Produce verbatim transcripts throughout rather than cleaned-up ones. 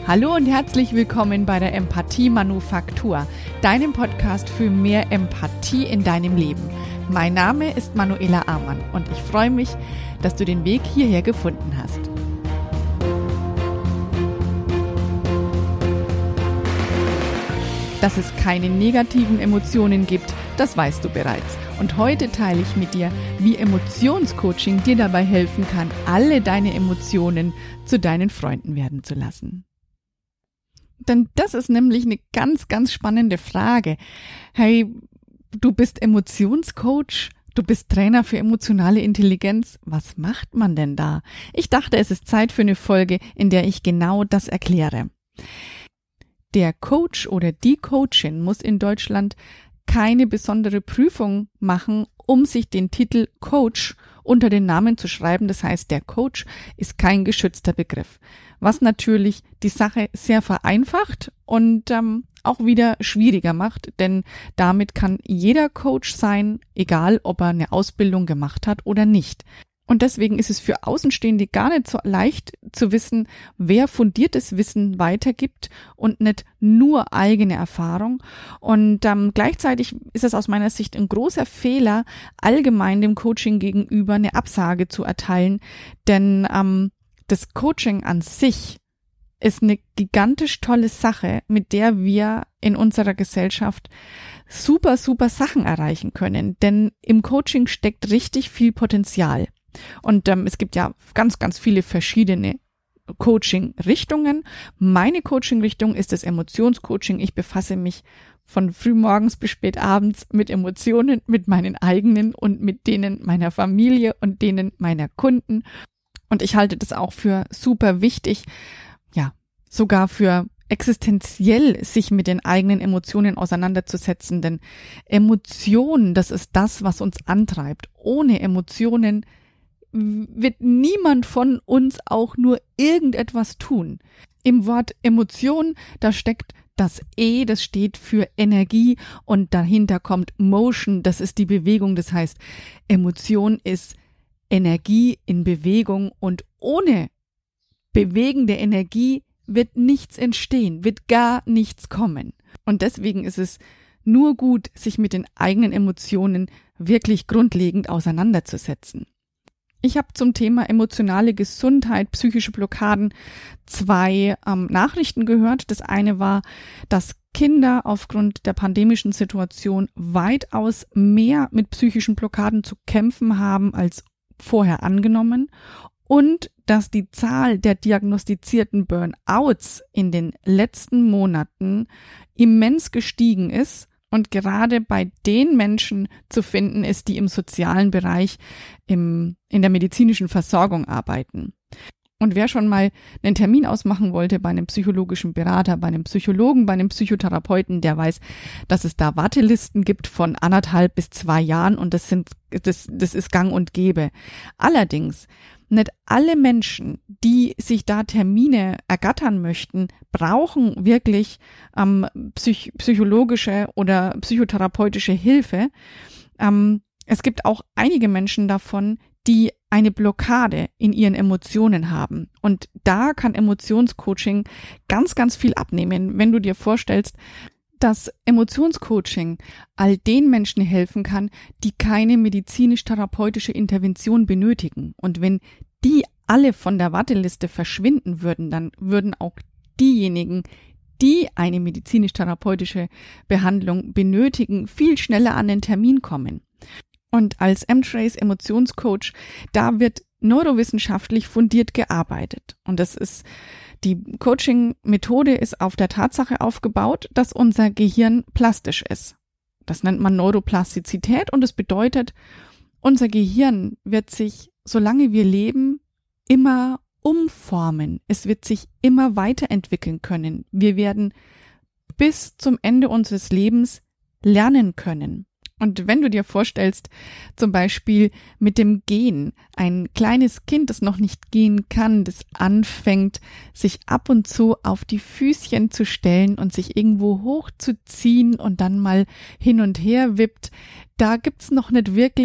Hallo und herzlich willkommen bei der Empathie-Manufaktur, deinem Podcast für mehr Empathie in deinem Leben. Mein Name ist Manuela Amann und ich freue mich, dass du den Weg hierher gefunden hast. Dass es keine negativen Emotionen gibt, das weißt du bereits. Und heute teile ich mit dir, wie Emotionscoaching dir dabei helfen kann, alle deine Emotionen zu deinen Freunden werden zu lassen. Denn das ist nämlich eine ganz, ganz spannende Frage. Hey, du bist Emotionscoach, du bist Trainer für emotionale Intelligenz. Was macht man denn da? Ich dachte, es ist Zeit für eine Folge, in der ich genau das erkläre. Der Coach oder die Coachin muss in Deutschland keine besondere Prüfung machen, um sich den Titel Coach unter den Namen zu schreiben. Das heißt, der Coach ist kein geschützter Begriff, was natürlich die Sache sehr vereinfacht und ähm, auch wieder schwieriger macht, denn damit kann jeder Coach sein, egal ob er eine Ausbildung gemacht hat oder nicht. Und deswegen ist es für Außenstehende gar nicht so leicht zu wissen, wer fundiertes Wissen weitergibt und nicht nur eigene Erfahrung. Und ähm, gleichzeitig ist es aus meiner Sicht ein großer Fehler, allgemein dem Coaching gegenüber eine Absage zu erteilen, denn ähm, das Coaching an sich ist eine gigantisch tolle Sache, mit der wir in unserer Gesellschaft super, super Sachen erreichen können. Denn im Coaching steckt richtig viel Potenzial. Und ähm, es gibt ja ganz, ganz viele verschiedene Coaching-Richtungen. Meine Coaching-Richtung ist das Emotionscoaching. Ich befasse mich von frühmorgens bis spät abends mit Emotionen, mit meinen eigenen und mit denen meiner Familie und denen meiner Kunden. Und ich halte das auch für super wichtig, ja, sogar für existenziell, sich mit den eigenen Emotionen auseinanderzusetzen. Denn Emotionen, das ist das, was uns antreibt. Ohne Emotionen wird niemand von uns auch nur irgendetwas tun. Im Wort Emotion, da steckt das E, das steht für Energie und dahinter kommt Motion, das ist die Bewegung. Das heißt, Emotion ist Energie in Bewegung und ohne bewegende Energie wird nichts entstehen, wird gar nichts kommen. Und deswegen ist es nur gut, sich mit den eigenen Emotionen wirklich grundlegend auseinanderzusetzen. Ich habe zum Thema emotionale Gesundheit, psychische Blockaden zwei ähm, Nachrichten gehört. Das eine war, dass Kinder aufgrund der pandemischen Situation weitaus mehr mit psychischen Blockaden zu kämpfen haben als vorher angenommen und dass die Zahl der diagnostizierten Burnouts in den letzten Monaten immens gestiegen ist und gerade bei den Menschen zu finden ist, die im sozialen Bereich im, in der medizinischen Versorgung arbeiten. Und wer schon mal einen Termin ausmachen wollte bei einem psychologischen Berater, bei einem Psychologen, bei einem Psychotherapeuten, der weiß, dass es da Wartelisten gibt von anderthalb bis zwei Jahren und das sind, das, das ist gang und gäbe. Allerdings, nicht alle Menschen, die sich da Termine ergattern möchten, brauchen wirklich ähm, psych- psychologische oder psychotherapeutische Hilfe. Ähm, es gibt auch einige Menschen davon, die eine Blockade in ihren Emotionen haben. Und da kann Emotionscoaching ganz, ganz viel abnehmen. Wenn du dir vorstellst, dass Emotionscoaching all den Menschen helfen kann, die keine medizinisch-therapeutische Intervention benötigen. Und wenn die alle von der Warteliste verschwinden würden, dann würden auch diejenigen, die eine medizinisch-therapeutische Behandlung benötigen, viel schneller an den Termin kommen. Und als M-Trace Emotionscoach, da wird neurowissenschaftlich fundiert gearbeitet. Und das ist, die Coaching-Methode ist auf der Tatsache aufgebaut, dass unser Gehirn plastisch ist. Das nennt man Neuroplastizität und es bedeutet, unser Gehirn wird sich, solange wir leben, immer umformen. Es wird sich immer weiterentwickeln können. Wir werden bis zum Ende unseres Lebens lernen können. Und wenn du dir vorstellst, zum Beispiel mit dem Gehen, ein kleines Kind, das noch nicht gehen kann, das anfängt, sich ab und zu auf die Füßchen zu stellen und sich irgendwo hochzuziehen und dann mal hin und her wippt, da gibt's noch nicht wirklich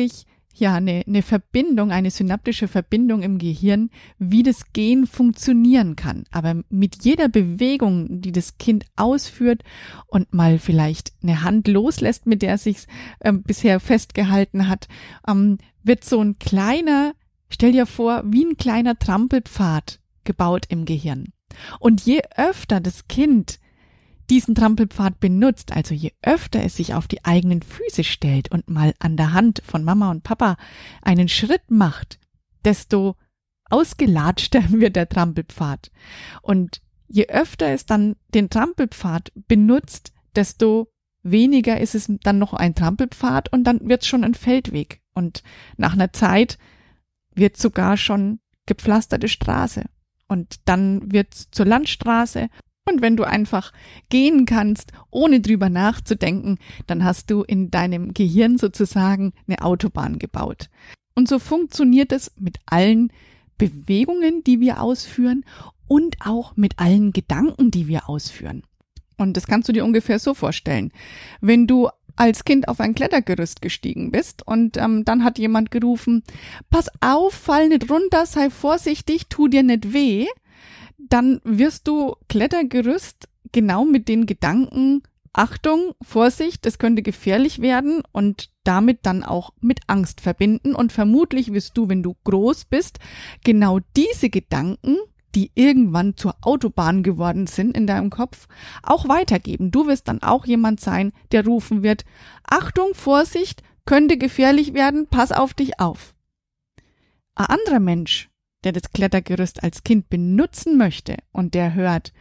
ja eine, eine Verbindung, eine synaptische Verbindung im Gehirn, wie das Gehen funktionieren kann. Aber mit jeder Bewegung, die das Kind ausführt und mal vielleicht eine Hand loslässt, mit der es sich äh, bisher festgehalten hat, ähm, wird so ein kleiner, stell dir vor, wie ein kleiner Trampelpfad gebaut im Gehirn. Und je öfter das Kind diesen Trampelpfad benutzt, also je öfter es sich auf die eigenen Füße stellt und mal an der Hand von Mama und Papa einen Schritt macht, desto ausgelatschter wird der Trampelpfad. Und je öfter es dann den Trampelpfad benutzt, desto weniger ist es dann noch ein Trampelpfad und dann wird es schon ein Feldweg. Und nach einer Zeit wird sogar schon gepflasterte Straße. Und dann wird es zur Landstraße. Und wenn du einfach gehen kannst, ohne drüber nachzudenken, dann hast du in deinem Gehirn sozusagen eine Autobahn gebaut. Und so funktioniert es mit allen Bewegungen, die wir ausführen und auch mit allen Gedanken, die wir ausführen. Und das kannst du dir ungefähr so vorstellen. Wenn du als Kind auf ein Klettergerüst gestiegen bist und ähm, dann hat jemand gerufen, pass auf, fall nicht runter, sei vorsichtig, tu dir nicht weh, dann wirst du Klettergerüst genau mit den Gedanken, Achtung, Vorsicht, es könnte gefährlich werden und damit dann auch mit Angst verbinden. Und vermutlich wirst du, wenn du groß bist, genau diese Gedanken, die irgendwann zur Autobahn geworden sind in deinem Kopf, auch weitergeben. Du wirst dann auch jemand sein, der rufen wird, Achtung, Vorsicht, könnte gefährlich werden, pass auf dich auf. Ein anderer Mensch, der das Klettergerüst als Kind benutzen möchte und der hört,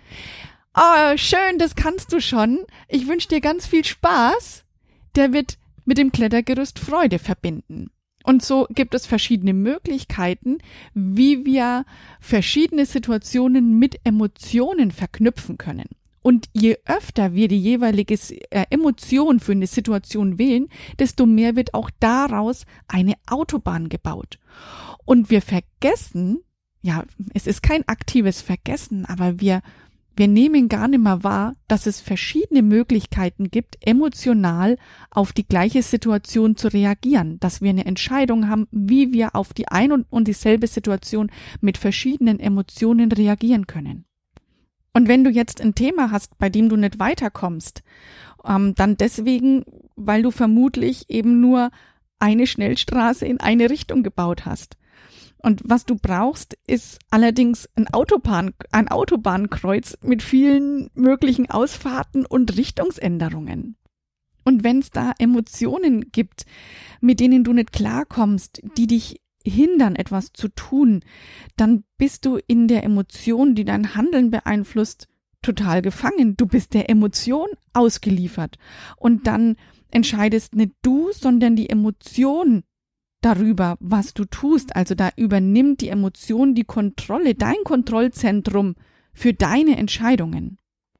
oh, schön, das kannst du schon, ich wünsche dir ganz viel Spaß, der wird mit dem Klettergerüst Freude verbinden. Und so gibt es verschiedene Möglichkeiten, wie wir verschiedene Situationen mit Emotionen verknüpfen können. Und je öfter wir die jeweilige Emotion für eine Situation wählen, desto mehr wird auch daraus eine Autobahn gebaut. Und wir vergessen, ja, es ist kein aktives Vergessen, aber wir, wir nehmen gar nicht mehr wahr, dass es verschiedene Möglichkeiten gibt, emotional auf die gleiche Situation zu reagieren, dass wir eine Entscheidung haben, wie wir auf die ein und, und dieselbe Situation mit verschiedenen Emotionen reagieren können. Und wenn du jetzt ein Thema hast, bei dem du nicht weiterkommst, ähm, dann deswegen, weil du vermutlich eben nur eine Schnellstraße in eine Richtung gebaut hast. Und was du brauchst, ist allerdings ein Autobahn, ein Autobahnkreuz mit vielen möglichen Ausfahrten und Richtungsänderungen. Und wenn es da Emotionen gibt, mit denen du nicht klarkommst, die dich hindern, etwas zu tun, dann bist du in der Emotion, die dein Handeln beeinflusst, total gefangen. Du bist der Emotion ausgeliefert. Und dann entscheidest nicht du, sondern die Emotion darüber, was du tust. Also da übernimmt die Emotion die Kontrolle, dein Kontrollzentrum für deine Entscheidungen.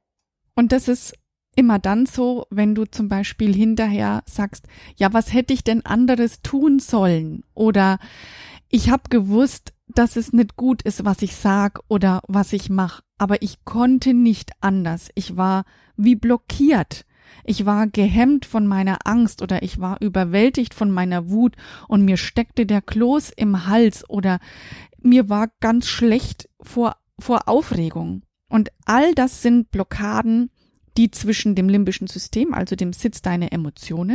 Und das ist immer dann so, wenn du zum Beispiel hinterher sagst, ja, was hätte ich denn anderes tun sollen? Oder ich habe gewusst, dass es nicht gut ist, was ich sag oder was ich mache, aber ich konnte nicht anders. Ich war wie blockiert. Ich war gehemmt von meiner Angst oder ich war überwältigt von meiner Wut und mir steckte der Kloß im Hals oder mir war ganz schlecht vor, vor Aufregung. Und all das sind Blockaden, die zwischen dem limbischen System, also dem Sitz deiner Emotionen,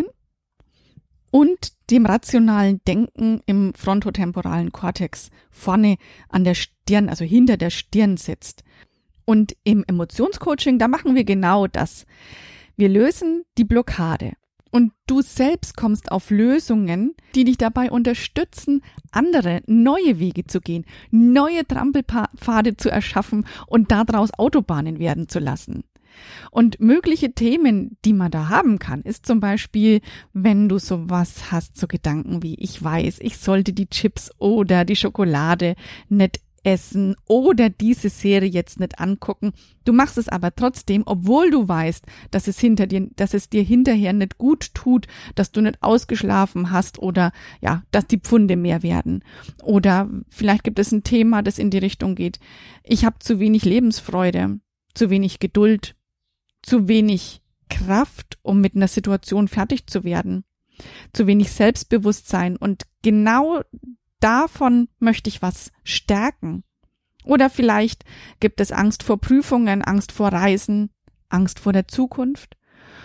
und dem rationalen Denken im frontotemporalen Kortex vorne an der Stirn, also hinter der Stirn sitzt. Und im Emotionscoaching, da machen wir genau das. Wir lösen die Blockade. Und du selbst kommst auf Lösungen, die dich dabei unterstützen, andere, neue Wege zu gehen, neue Trampelpfade zu erschaffen und daraus Autobahnen werden zu lassen. Und mögliche Themen, die man da haben kann, ist zum Beispiel, wenn du sowas hast, so Gedanken wie, ich weiß, ich sollte die Chips oder die Schokolade nicht essen oder diese Serie jetzt nicht angucken. Du machst es aber trotzdem, obwohl du weißt, dass es hinter dir, dass es dir hinterher nicht gut tut, dass du nicht ausgeschlafen hast oder ja, dass die Pfunde mehr werden. Oder vielleicht gibt es ein Thema, das in die Richtung geht. Ich habe zu wenig Lebensfreude, zu wenig Geduld, zu wenig Kraft, um mit einer Situation fertig zu werden. zu wenig Selbstbewusstsein und genau davon möchte ich was stärken. Oder vielleicht gibt es Angst vor Prüfungen, Angst vor Reisen, Angst vor der Zukunft.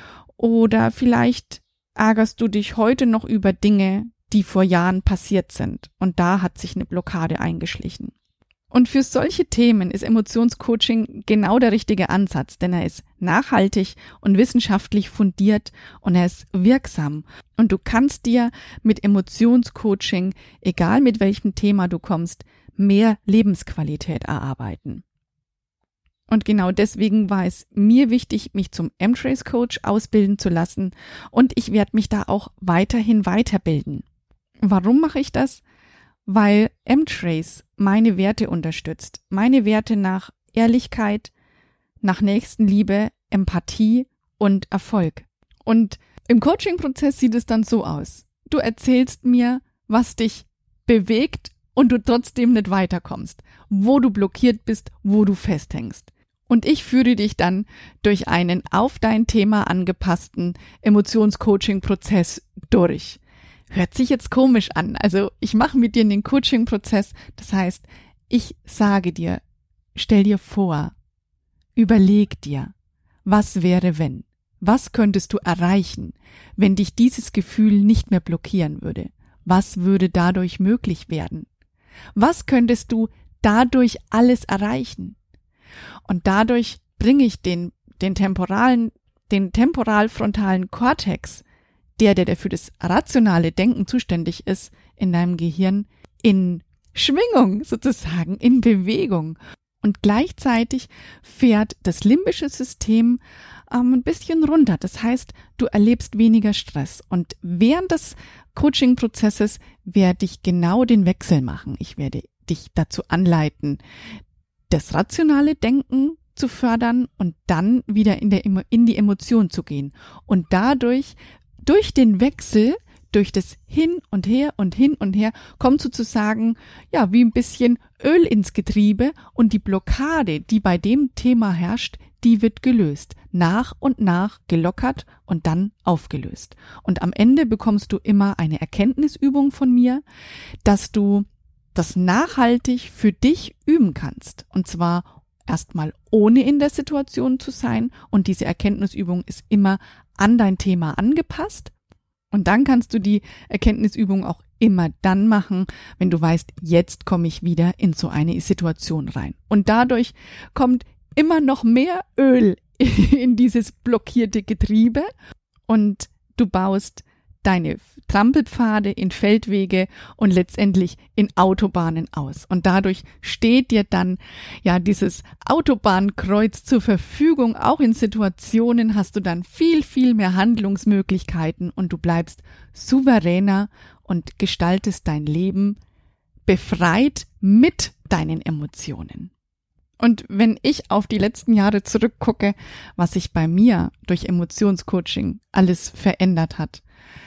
Oder vielleicht ärgerst du dich heute noch über Dinge, die vor Jahren passiert sind. Und da hat sich eine Blockade eingeschlichen. Und für solche Themen ist Emotionscoaching genau der richtige Ansatz, denn er ist nachhaltig und wissenschaftlich fundiert und er ist wirksam. Und du kannst dir mit Emotionscoaching, egal mit welchem Thema du kommst, mehr Lebensqualität erarbeiten. Und genau deswegen war es mir wichtig, mich zum M-Trace Coach ausbilden zu lassen und ich werde mich da auch weiterhin weiterbilden. Warum mache ich das? Weil M-Trace meine Werte unterstützt. Meine Werte nach Ehrlichkeit, nach Nächstenliebe, Empathie und Erfolg. Und im Coaching-Prozess sieht es dann so aus. Du erzählst mir, was dich bewegt und du trotzdem nicht weiterkommst, wo du blockiert bist, wo du festhängst. Und ich führe dich dann durch einen auf dein Thema angepassten Emotionscoaching-Prozess durch. Hört sich jetzt komisch an. Also ich mache mit dir den Coaching-Prozess. Das heißt, ich sage dir, stell dir vor, überleg dir, was wäre wenn? Was könntest du erreichen, wenn dich dieses Gefühl nicht mehr blockieren würde? Was würde dadurch möglich werden? Was könntest du dadurch alles erreichen? Und dadurch bringe ich den, den temporalen, den temporal-frontalen Kortex, der, der, der für das rationale Denken zuständig ist, in deinem Gehirn in Schwingung sozusagen, in Bewegung. Und gleichzeitig fährt das limbische System ähm, ein bisschen runter. Das heißt, du erlebst weniger Stress. Und während des Coaching-Prozesses werde ich genau den Wechsel machen. Ich werde dich dazu anleiten, das rationale Denken zu fördern und dann wieder in, der, in die Emotion zu gehen. Und dadurch, durch den Wechsel, durch das Hin und Her und Hin und Her, kommt sozusagen, ja, wie ein bisschen Öl ins Getriebe und die Blockade, die bei dem Thema herrscht, die wird gelöst. Nach und nach gelockert und dann aufgelöst. Und am Ende bekommst du immer eine Erkenntnisübung von mir, dass du das nachhaltig für dich üben kannst. Und zwar erstmal ohne in der Situation zu sein. Und diese Erkenntnisübung ist immer an dein Thema angepasst. Und dann kannst du die Erkenntnisübung auch immer dann machen, wenn du weißt, jetzt komme ich wieder in so eine Situation rein. Und dadurch kommt immer noch mehr Öl in dieses blockierte Getriebe und du baust deine Trampelpfade in Feldwege und letztendlich in Autobahnen aus. Und dadurch steht dir dann ja dieses Autobahnkreuz zur Verfügung. Auch in Situationen hast du dann viel, viel mehr Handlungsmöglichkeiten und du bleibst souveräner und gestaltest dein Leben befreit mit deinen Emotionen. Und wenn ich auf die letzten Jahre zurückgucke, was sich bei mir durch Emotionscoaching alles verändert hat,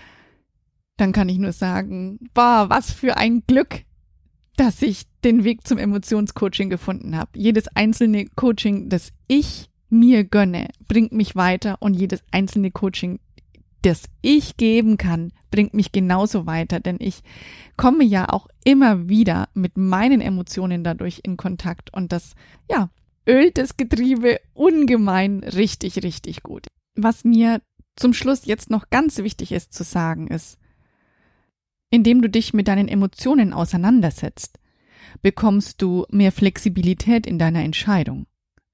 dann kann ich nur sagen, boah, was für ein Glück, dass ich den Weg zum Emotionscoaching gefunden habe. Jedes einzelne Coaching, das ich mir gönne, bringt mich weiter und jedes einzelne Coaching, das ich geben kann, bringt mich genauso weiter, denn ich komme ja auch immer wieder mit meinen Emotionen dadurch in Kontakt und das, ja, ölt das Getriebe ungemein richtig, richtig gut. Was mir zum Schluss jetzt noch ganz wichtig ist zu sagen ist, indem du dich mit deinen Emotionen auseinandersetzt, bekommst du mehr Flexibilität in deiner Entscheidung.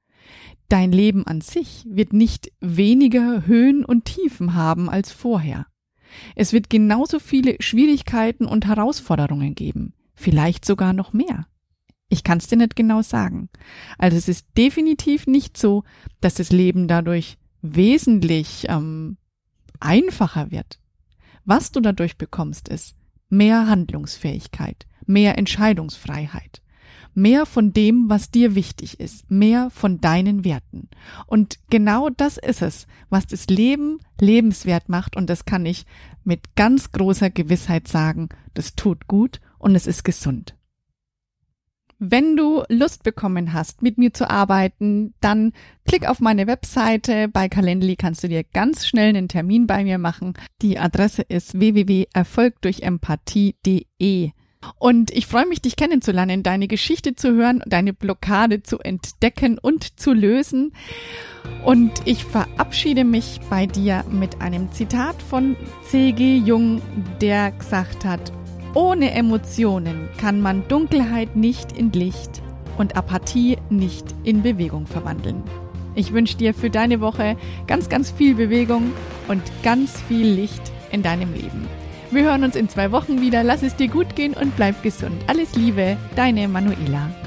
Dein Leben an sich wird nicht weniger Höhen und Tiefen haben als vorher. Es wird genauso viele Schwierigkeiten und Herausforderungen geben, vielleicht sogar noch mehr. Ich kann es dir nicht genau sagen. Also es ist definitiv nicht so, dass das Leben dadurch wesentlich ähm, einfacher wird. Was du dadurch bekommst, ist mehr Handlungsfähigkeit, mehr Entscheidungsfreiheit, mehr von dem, was dir wichtig ist, mehr von deinen Werten. Und genau das ist es, was das Leben lebenswert macht und das kann ich mit ganz großer Gewissheit sagen, das tut gut und es ist gesund. Wenn du Lust bekommen hast, mit mir zu arbeiten, dann klick auf meine Webseite. Bei Calendly kannst du dir ganz schnell einen Termin bei mir machen. Die Adresse ist w w w punkt erfolg durch empathie punkt d e. Und ich freue mich, dich kennenzulernen, deine Geschichte zu hören, deine Blockade zu entdecken und zu lösen. Und ich verabschiede mich bei dir mit einem Zitat von C G Jung, der gesagt hat: Ohne Emotionen kann man Dunkelheit nicht in Licht und Apathie nicht in Bewegung verwandeln. Ich wünsche dir für deine Woche ganz, ganz viel Bewegung und ganz viel Licht in deinem Leben. Wir hören uns in zwei Wochen wieder. Lass es dir gut gehen und bleib gesund. Alles Liebe, deine Manuela.